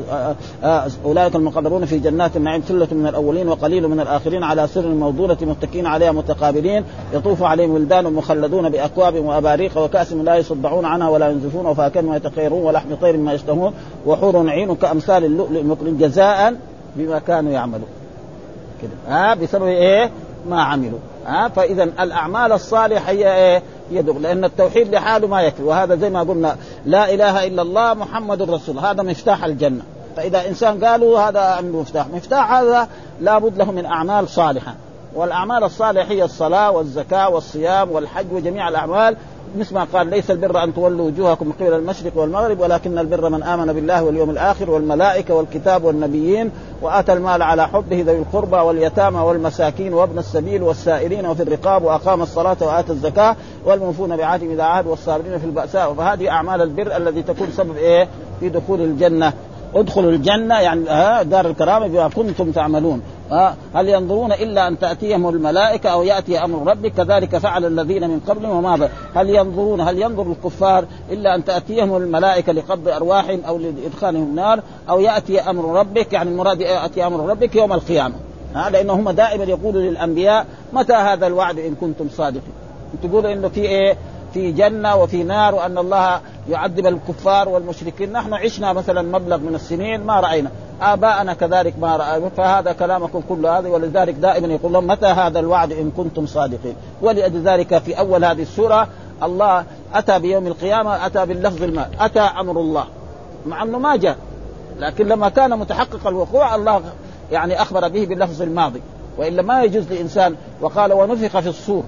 أولئك المقربون في جنات النعيم ثلة من الأولين وقليل من الآخرين على سر موضونة متكئين عليها متقابلين يطوف عليهم ولدان مخلدون بأكواب وأباريق وكأس لا يصدعون عنها ولا ينزفون وفاكهة ما يتخيرون ولحم طير ما يشتهون وحور عين كأمثال اللؤلؤ المكنون جزاء بما كانوا يعملون كده ها بسبب ايه ما عملوا ها. فاذا الاعمال الصالحه هي ايه يدخل لان التوحيد لحاله ما يكفي. وهذا زي ما قلنا لا اله الا الله محمد رسول هذا مفتاح الجنه. فاذا انسان قالوا هذا عنده مفتاح مفتاح هذا لابد له من اعمال صالحه. والاعمال الصالحه هي الصلاه والزكاه والصيام والحج وجميع الاعمال مثل ما قال ليس البر أن تولوا وجوهكم من قبل المشرق والمغرب ولكن البر من آمن بالله واليوم الآخر والملائكة والكتاب والنبيين وآتى المال على حبه ذوي القربى واليتامى والمساكين وابن السبيل والسائلين وفي الرقاب وأقام الصلاة وآتى الزكاة والموفون بعهدهم إذا عاهدوا والصابرين في البأساء. فهذه أعمال البر الذي تكون سبب إيه في دخول الجنة. ادخلوا الجنة يعني ها دار الكرامة بما كنتم تعملون. هل ينظرون إلا أن تأتيهم الملائكة أو يأتي أمر ربك كذلك فعل الذين من قبلهم وماذا. هل ينظرون هل ينظر الكفار إلا أن تأتيهم الملائكة لقبض أرواحهم أو لإدخالهم النار أو يأتي أمر ربك، يعني المراد يأتي أمر ربك يوم القيامة. لأنه هم دائما يقولوا للأنبياء متى هذا الوعد إن كنتم صادقين. تقولوا إنه في إيه في جنة وفي نار وأن الله يعذب الكفار والمشركين. نحن عشنا مثلا مبلغ من السنين ما رأينا، آباءنا كذلك ما رأينا، فهذا كلامكم كله هذا. ولذلك دائما يقول لهم متى هذا الوعد إن كنتم صادقين. ولذلك في أول هذه السورة الله أتى بيوم القيامة أتى باللفظ الماء أتى أمر الله، مع أنه ما جاء، لكن لما كان متحقق الوقوع الله يعني أخبر به باللفظ الماضي، وإلا ما يجوز لإنسان. وقال ونفخ في الصور،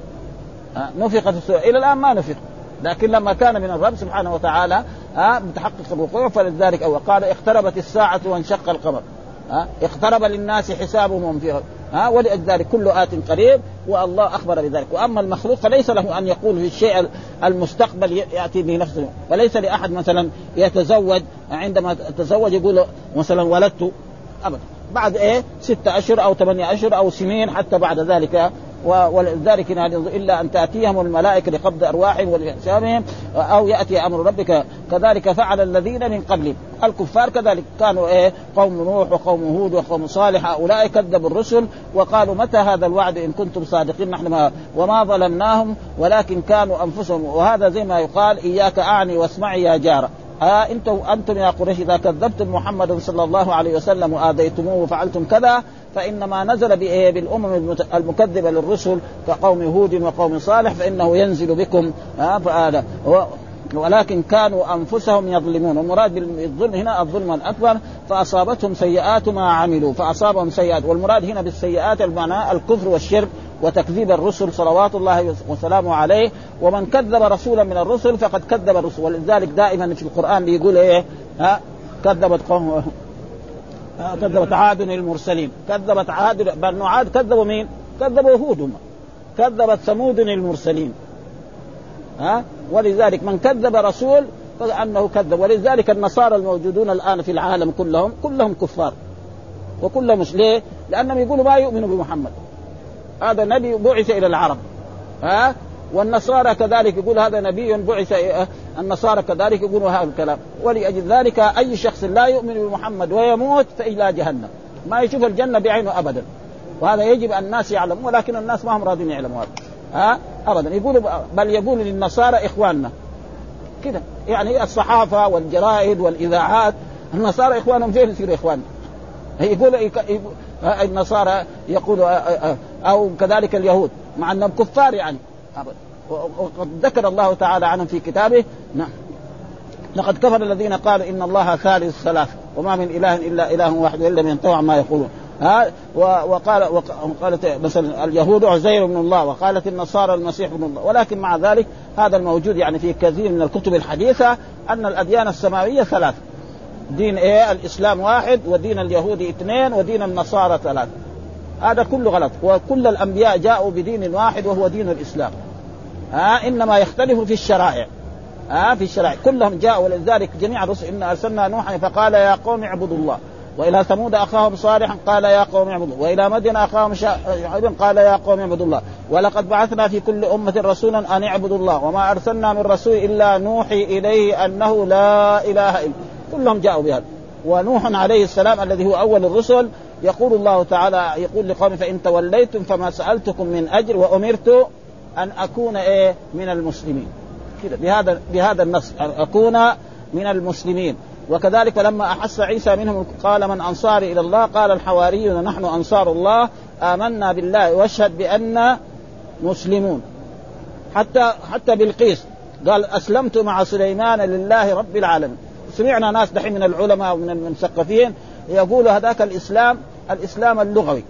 نفخ في الصور، إلى الآن ما نفخ، لكن لما كان من الرب سبحانه وتعالى متحقق الوقوع فلذلك. أو قال اقتربت الساعة وانشق القمر، اقترب للناس حسابهم فيها، ولذلك كل آت قريب، والله أخبر بذلك. وأما المخلوق فليس له أن يقول في الشيء المستقبل يأتي بنفسه، وليس لأحد مثلا يتزوج عندما تزوج يقول مثلا ولدت أبدا بعد إيه ستة أشهر أو ثمانية أشهر أو سنين حتى بعد ذلك. ولذلك إلا أن تأتيهم الملائكة لقبض أرواحهم ولحسابهم أو يأتي أمر ربك كذلك فعل الذين من قبلهم. الكفار كذلك كانوا إيه قوم نوح وقوم هود وقوم صالح، هؤلاء كذبوا الرسل وقالوا متى هذا الوعد إن كنتم صادقين. نحن ما وما ظلمناهم ولكن كانوا أنفسهم. وهذا زي ما يقال إياك أعني واسمعي يا جارة. آه أنتم أنتم يا قريش إذا كذبتم محمد صلى الله عليه وسلم وآذيتموه وفعلتم كذا فإنما نزل بالأمم المكذبة للرسل كقوم هود وقوم صالح فإنه ينزل بكم. آه فهذا ولكن كانوا أنفسهم يظلمون. والمراد بالظلم هنا الظلم الأكبر. فأصابتهم سيئات ما عملوا، فأصابهم سيئات. والمراد هنا بالسيئات المعنى الكفر والشرك وتكذيب الرسل صلوات الله وسلامه عليه. ومن كذب رسولا من الرسل فقد كذب الرسل. ولذلك دائما في القرآن بيقول ايه ها كذبت قوم كذبت عاد المرسلين، كذبت عاد بنو عاد كذبوا مين؟ كذبوا هود. كذبت ثمود المرسلين. ها ولذلك من كذب رسول فأنه كذب. ولذلك النصارى الموجودون الآن في العالم كلهم كلهم كفار وكلهم مش ليه؟ لأنهم يقولوا ما يؤمنوا بمحمد، هذا نبي بعث إلى العرب. ها والنصارى كذلك يقول هذا نبي بعث. النصارى كذلك يقولوا هذا الكلام. ولأجل ذلك أي شخص لا يؤمن بمحمد ويموت فإلى جهنم، ما يشوف الجنة بعينه أبدا. وهذا يجب أن الناس يعلموا، ولكن الناس ما هم راضين يعلموا هذا. ها أبدا يقولوا بل يقول للنصارى إخواننا كده. يعني الصحافة والجرائد والإذاعات النصارى إخوانهم فين يصيروا إخوان؟ يقول النصارى يقولوا أو كذلك اليهود مع أنهم كفار يعني أبدا. وقد ذكر الله تعالى عنهم في كتابه نعم لقد كفر الذين قالوا إن الله ثالث ثلاث وما من إله إلا إله واحد إلا من ينطوع ما يقولون. ها وقال وقالت مثلا اليهود عزير ابن الله وقالت النصارى المسيح ابن الله. ولكن مع ذلك هذا الموجود يعني في كثير من الكتب الحديثة أن الأديان السماوية ثلاث. دين إيه الإسلام واحد، ودين اليهودي اثنين، ودين النصارى ثلاث. هذا كله غلط. وكل الأنبياء جاءوا بدين واحد وهو دين الإسلام. ها إنما يختلفوا في الشرائع. ها في الشرائع كلهم جاءوا. ولذلك جميع الرسل إن أرسلنا نوحا فقال يا قوم اعبدوا الله، وإلى ثمود أخاهم صالحا قال يا قوم اعبدوا، وإلى مدين أخاهم شعيبا قال يا قوم اعبدوا الله، ولقد بعثنا في كل أمة رسولا أن اعبدوا الله وما أرسلنا من رسول إلا نوحي إليه أنه لا إله إلا. كلهم جاءوا بهذا. ونوح عليه السلام الذي هو أول الرسل يقول الله تعالى يقول لقوم فإن توليتم فما سألتكم من أجر وأمرت أن أكون إيه من المسلمين كده بهذا بهذا النص أكون من المسلمين. وكذلك لما أحس عيسى منهم قال من أنصاري إلى الله قال الحواريون نحن أنصار الله آمنا بالله واشهد بأننا مسلمون. حتى حتى بلقيس قال أسلمت مع سليمان لله رب العالمين. سمعنا ناس دحين من العلماء ومن المثقفين يقولوا هذاك الإسلام الإسلام اللغوي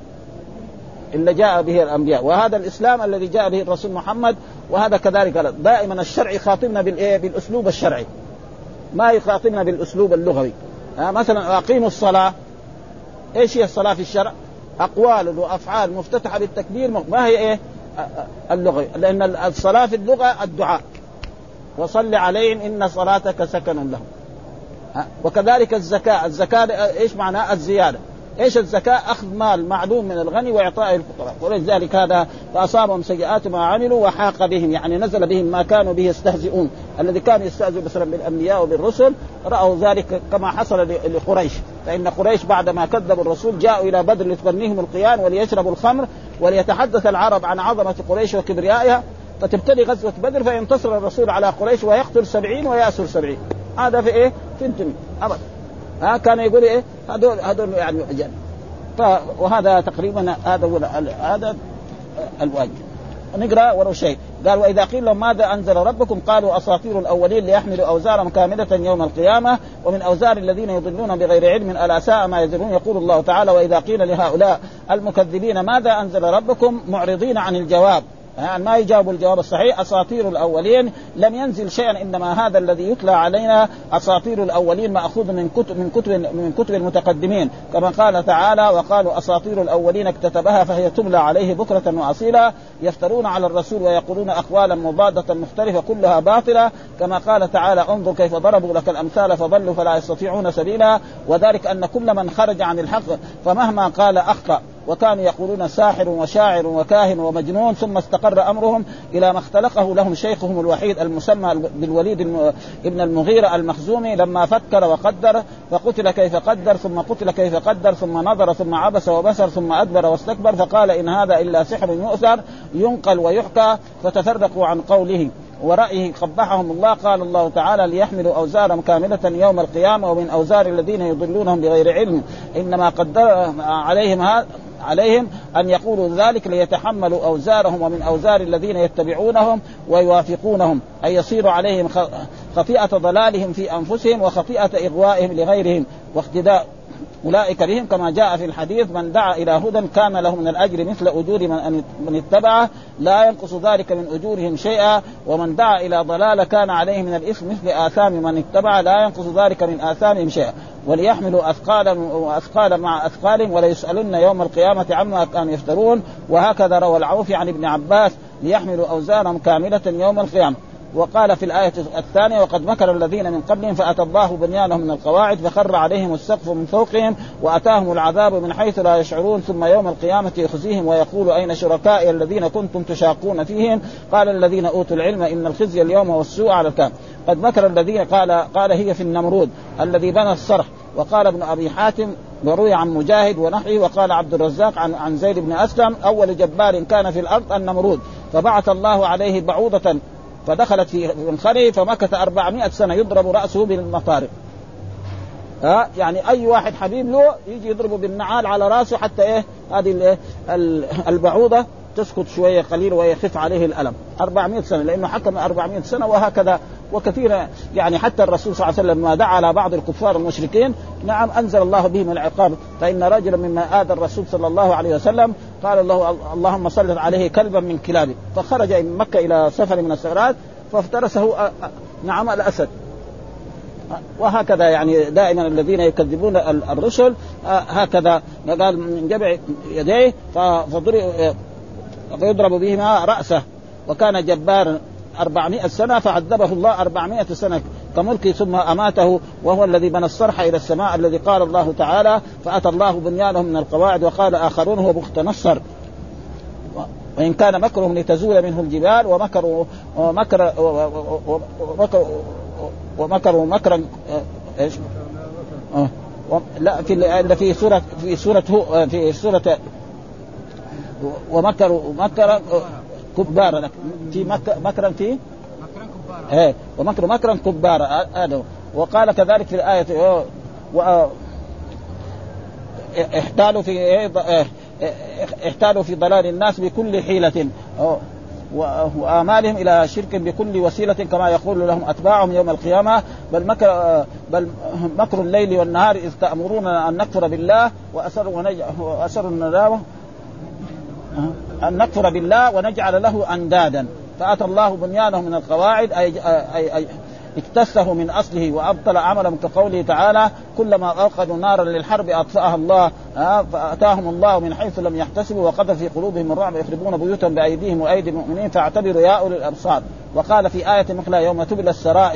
اللي جاء به الأنبياء، وهذا الإسلام الذي جاء به الرسول محمد. وهذا كذلك غلط. دائما الشرع يخاطبنا بالإيه بالأسلوب الشرعي، ما يخاطبنا بالأسلوب اللغوي. آه مثلا أقيموا الصلاة. إيش هي الصلاة في الشرع؟ أقوال وأفعال مفتتحة بالتكبير. ما هي إيه اللغة؟ لأن الصلاة في اللغة الدعاء وصل عليهم إن صلاتك سكن لهم. وكذلك الزكاة، الزكاة إيش معناها؟ الزيادة. إيش الزكاة؟ أخذ مال معلوم من الغني وإعطائه الفقراء. ولذلك هذا فأصابهم سيئات ما عملوا وحاق بهم، يعني نزل بهم ما كانوا به يستهزئون. الذي كان يستهزئ مثلا بالأنبياء وبالرسل رأوا ذلك كما حصل لقريش، فإن قريش بعدما كذبوا الرسول جاءوا إلى بدر لتغنيهم القيان وليشربوا الخمر وليتحدث العرب عن عظمة قريش وكبريائها، فتبتدي غزوة بدر فينتصر الرسول على قريش ويقتل سبعين ويأسر سبعين. هذا في إيه؟ في انتم أبدا. ها كان يقول إيه؟ هذول هذول يعني أجل. وهذا تقريبا هذا هو هذا الواجب. نقرأ ولو شيء. قال وإذا قيل لهم ماذا أنزل ربكم قالوا أساطير الأولين ليحملوا أوزارهم كاملة يوم القيامة ومن أوزار الذين يضلون بغير علم ألا ساء ما يزرون. يقول الله تعالى وإذا قيل لهؤلاء المكذبين ماذا أنزل ربكم معرضين عن الجواب، يعني ما يجاوبوا الجواب الصحيح. أساطير الأولين لم ينزل شيئا، إنما هذا الذي يتلى علينا أساطير الأولين مأخوذ من كتب من كتب من كتب المتقدمين، كما قال تعالى وقالوا أساطير الأولين اكتتبها فهي تملى عليه بكرة وأصيلا يفترون على الرسول ويقولون أقوالا مضادة مختلفة كلها باطلة، كما قال تعالى انظر كيف ضربوا لك الأمثال فضلوا فلا يستطيعون سبيلا. وذلك أن كل من خرج عن الحق فمهما قال أخطأ، وكانوا يقولون ساحر وشاعر وكاهن ومجنون، ثم استقر أمرهم إلى ما اختلقه لهم شيخهم الوحيد المسمى بالوليد ابن المغيرة المخزومي لما فكر وقدر فقتل كيف قدر ثم قتل كيف قدر ثم نظر ثم عبس وبسر ثم أدبر واستكبر فقال إن هذا إلا سحر يؤثر ينقل ويحكى، فتفرقوا عن قوله ورأيه قبحهم الله. قال الله تعالى ليحملوا أوزارهم كاملة يوم القيامة ومن أوزار الذين يضلونهم بغير علم إنما قدر عليهم هذا عليهم أن يقولوا ذلك ليتحملوا أوزارهم ومن أوزار الذين يتبعونهم ويوافقونهم، أي يصير عليهم خطيئة ضلالهم في أنفسهم وخطيئة إغوائهم لغيرهم واقتداء أولئك بهم، كما جاء في الحديث من دعا إلى هدى كان له من الأجر مثل أجور من, من اتبعه لا ينقص ذلك من أجورهم شيئا، ومن دعا إلى ضلال كان عليه من الإثم مثل آثام من اتبع لا ينقص ذلك من آثامهم شيئا، وليحملوا أثقالا وأثقالا مع أثقالهم وليسألن يوم القيامة عما كانوا يفترون. وهكذا روى العوفي عن ابن عباس ليحملوا أوزارهم كاملة يوم القيامة. وقال في الآية الثانية وقد مكر الذين من قبلهم فأتى الله بنيانهم من القواعد فخر عليهم السقف من فوقهم وأتاهم العذاب من حيث لا يشعرون ثم يوم القيامة يخزيهم ويقول أين شركائي الذين كنتم تشاقون فيهم قال الذين أوتوا العلم إن الخزي اليوم والسوء على الكافرين. قد مكر الذين قال قال هي في النمرود الذي بنى الصرح. وقال ابن أبي حاتم وروي عن مجاهد ونحوه وقال عبد الرزاق عن عن زيد بن أسلم أول جبار كان في الأرض النمرود فبعث الله عليه بعوضة فدخلت في منخره فمكث أربعمائة سنة يضرب رأسه بالمطارق. ها يعني أي واحد حبيب له يجي يضربه بالنعال على رأسه حتى إيه هذه البعوضة تسكت شوية قليل ويخف عليه الألم. أربعمائة سنة لأنه حكم أربعمائة سنة. وهكذا وكثير يعني حتى الرسول صلى الله عليه وسلم ما دعا على بعض الكفار المشركين نعم أنزل الله بهم العقاب. فإن رجلا مما آذى الرسول صلى الله عليه وسلم قال الله اللهم صل عليه كلبا من كلابه فخرج من مكة إلى سفر من السفرات فافترسه نعم الأسد. وهكذا يعني دائما الذين يكذبون الرسل هكذا قال من جبع يديه فيضرب بهما رأسه وكان جبار أربعمائة سنة فعذبه الله أربعمائة سنة كملكه ثم أماته وهو الذي بنى الصرح إلى السماء الذي قال الله تعالى فأتى الله بنيانهم من القواعد وقال آخرون هو بخت نصر وإن كان مكرهم لتزول منه الجبال ومكروا مكر ومكروا ومكروا مكرا ايش آه. لا في في سورة في سورة هو في سورة ومكروا مكرا كبارا في مكرا في مكرا كبارا ايه ومكروا مكرا كبارا هذا. وقال كذلك في الآية و احتالوا في احتالوا في ضلال الناس بكل حيلة وآمالهم إلى شرك بكل وسيلة كما يقول لهم أتباعهم يوم القيامة بل مكر بل مكر الليل والنهار إذ تأمرون أن نكفر بالله وأسروا وأسروا الندامة أن نكفر بالله ونجعل له أندادا فأتى الله بنيانه من القواعد أي, أي, أي اكتسه من أصله وأبطل عملهم كقوله تعالى كلما أوقدوا نارا للحرب أطفأها الله فأتاهم الله من حيث لم يحتسبوا وقذف في قلوبهم الرعب يخربون بيوتهم بأيديهم وأيدي المؤمنين فاعتبروا يا أولي الأبصار. وقال في آية مخلى يوم تبلى السرائر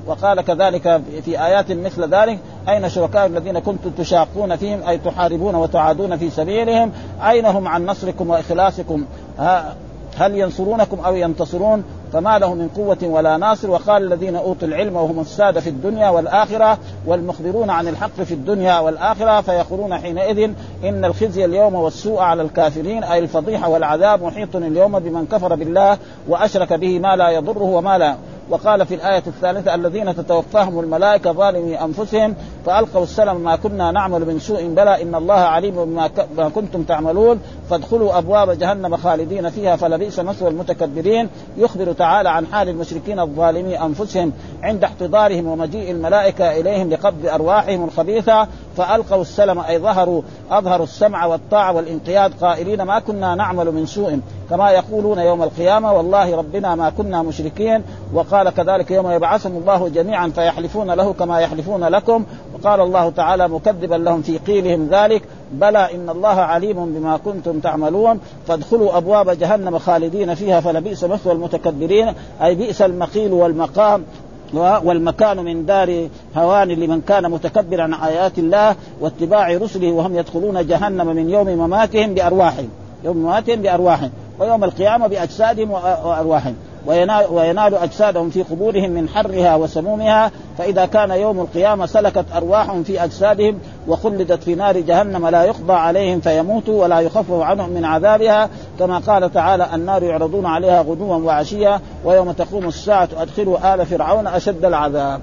وقال كذلك في آيات مثل ذلك: أين شركاء الذين كنتم تشاقون فيهم أي تحاربون وتعادون في سبيلهم أين هم عن نصركم وإخلاصكم هل ينصرونكم أو ينتصرون فما له من قوة ولا ناصر. وقال الذين أوتوا العلم وهم السادة في الدنيا والآخرة والمخبرون عن الحق في الدنيا والآخرة فيقولون حينئذ إن الخزي اليوم والسوء على الكافرين أي الفضيحة والعذاب محيط اليوم بمن كفر بالله وأشرك به ما لا يضره وما لا. وقال في الآية الثالثة: الذين تتوفاهم الملائكة ظالمي أنفسهم فألقوا السلم ما كنا نعمل من سوء بلى إن الله عليم بما كنتم تعملون فادخلوا أبواب جهنم خالدين فيها فلبئس مثوى المتكبرين. يخبر تعالى عن حال المشركين الظالمي أنفسهم عند احتضارهم ومجيء الملائكة إليهم لقبض أرواحهم الخبيثة فألقوا السلم أي ظهروا أظهروا السمع والطاعة والانقياد قائلين ما كنا نعمل من سوء كما يقولون يوم القيامة والله ربنا ما كنا مشركين. وقال كذلك: يوم يبعثهم الله جميعا فيحلفون له كما يحلفون لكم. وقال الله تعالى مكذبا لهم في قيلهم ذلك: بلى إن الله عليم بما كنتم تعملون فادخلوا أبواب جهنم خالدين فيها فلبئس مثوى المتكبرين أي بئس المقيل والمقام والمكان من دار هوان لمن كان متكبرا عن آيات الله واتباع رسله وهم يدخلون جهنم من يوم مماتهم بأرواحهم يوم مماتهم بأرواحهم ويوم القيامة بأجسادهم وأرواحهم وينال, وينال أجسادهم في قبورهم من حرها وسمومها فإذا كان يوم القيامة سلكت أرواحهم في أجسادهم وخلدت في نار جهنم لا يقضى عليهم فيموتوا ولا يخفف عنهم من عذابها كما قال تعالى: النار يعرضون عليها غدوا وعشيا ويوم تقوم الساعة أدخلوا آل فرعون أشد العذاب.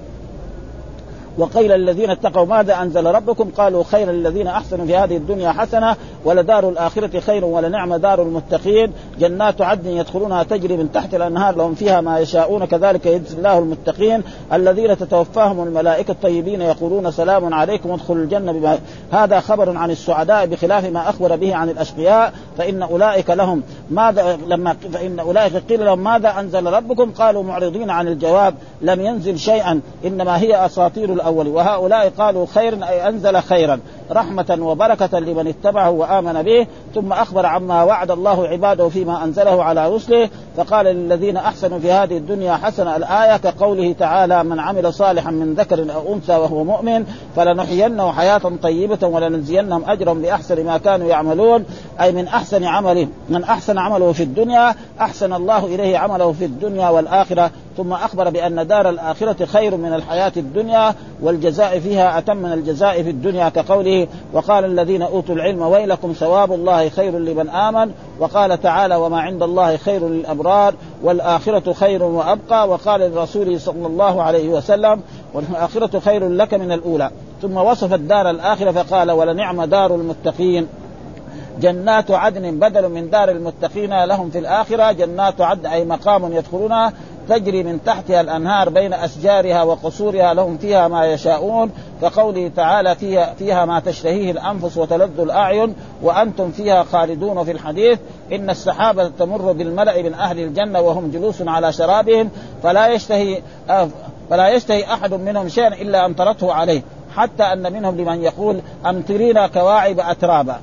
وقيل الذين اتقوا ماذا أنزل ربكم قالوا خير الذين أحسنوا في هذه الدنيا حسنة ولدار الآخرة خير ولنعم دار المتقين جنات عدن يدخلونها تجري من تحت الأنهار لهم فيها ما يشاءون كذلك يجزي الله المتقين الذين تتوفاهم الملائكة الطيبين يقولون سلام عليكم ادخلوا الجنة بما. هذا خبر عن السعداء بخلاف ما أخبر به عن الأشقياء فإن أولئك لهم ماذا لما فإن أولئك قيل لهم ماذا أنزل ربكم قالوا معرضين عن الجواب لم ينزل شيئا إنما هي أساطير الأول. وهؤلاء قالوا خيرا أي أنزل خيرا رحمة وبركة لمن اتبعه وآمن به ثم أخبر عما وعد الله عباده فيما أنزله على رسله فقال للذين أحسنوا في هذه الدنيا حسنة الآية كقوله تعالى: من عمل صالحا من ذكر أو أنثى وهو مؤمن فلنحيينه حياة طيبة ولنجزينهم أجرا بأحسن ما كانوا يعملون أي من أحسن عمله. من أحسن عمله في الدنيا أحسن الله إليه عمله في الدنيا والآخرة. ثم أخبر بأن دار الآخرة خير من الحياة الدنيا والجزاء فيها أتم من الجزاء في الدنيا كقوله: وقال الذين أوتوا العلم ويلكم ثواب الله خير لمن آمن. وقال تعالى: وما عند الله خير للأبرار والآخرة خير وأبقى. وقال لرسوله صلى الله عليه وسلم: والآخرة خير لك من الأولى. ثم وصف الدار الآخرة فقال: ولنعم دار المتقين جنات عدن بدل من دار المتقين لهم في الآخرة جنات عدن أي مقام يدخلونها تجري من تحتها الأنهار بين أشجارها وقصورها لهم فيها ما يشاءون كقوله تعالى: فيها, فيها ما تشتهيه الأنفس وتلذ الأعين وأنتم فيها خالدون. في الحديث: إن السحابة تمر بالملأ من أهل الجنة وهم جلوس على شرابهم فلا يشتهي فلا يشتهي أحد منهم شيئا إلا أمطرته عليه حتى أن منهم لمن يقول: أمطرينا كواعب أترابا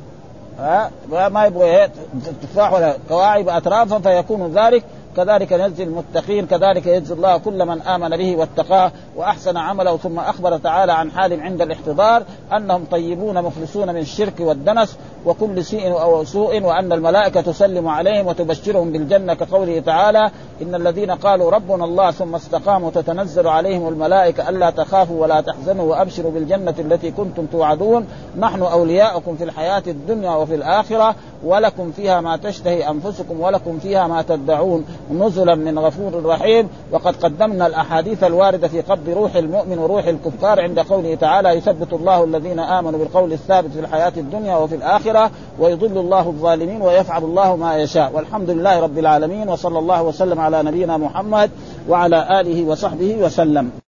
ما يبغى تفاح ولا كواعب أترابا فيكون ذلك. كذلك نجزي المتقين كذلك يجزي الله كل من آمن به واتقاه وأحسن عمله. ثم أخبر تعالى عن حال عند الاحتضار أنهم طيبون مخلصون من الشرك والدنس وكل سيء أو سوء وأن الملائكة تسلم عليهم وتبشرهم بالجنة كقوله تعالى: إن الذين قالوا ربنا الله ثم استقاموا تتنزل عليهم الملائكة ألا تخافوا ولا تحزنوا وأبشروا بالجنة التي كنتم توعدون نحن أولياؤكم في الحياة الدنيا وفي الآخرة ولكم فيها ما تشتهي أنفسكم ولكم فيها ما تدعون نزلا من غفور رحيم. وقد قدمنا الأحاديث الواردة في قبض روح المؤمن وروح الكفار عند قوله تعالى: يثبت الله الذين آمنوا بالقول الثابت في الحياة الدنيا وفي الآخرة ويضل الله الظالمين ويفعل الله ما يشاء. والحمد لله رب العالمين وصلى الله وسلم على نبينا محمد وعلى آله وصحبه وسلم.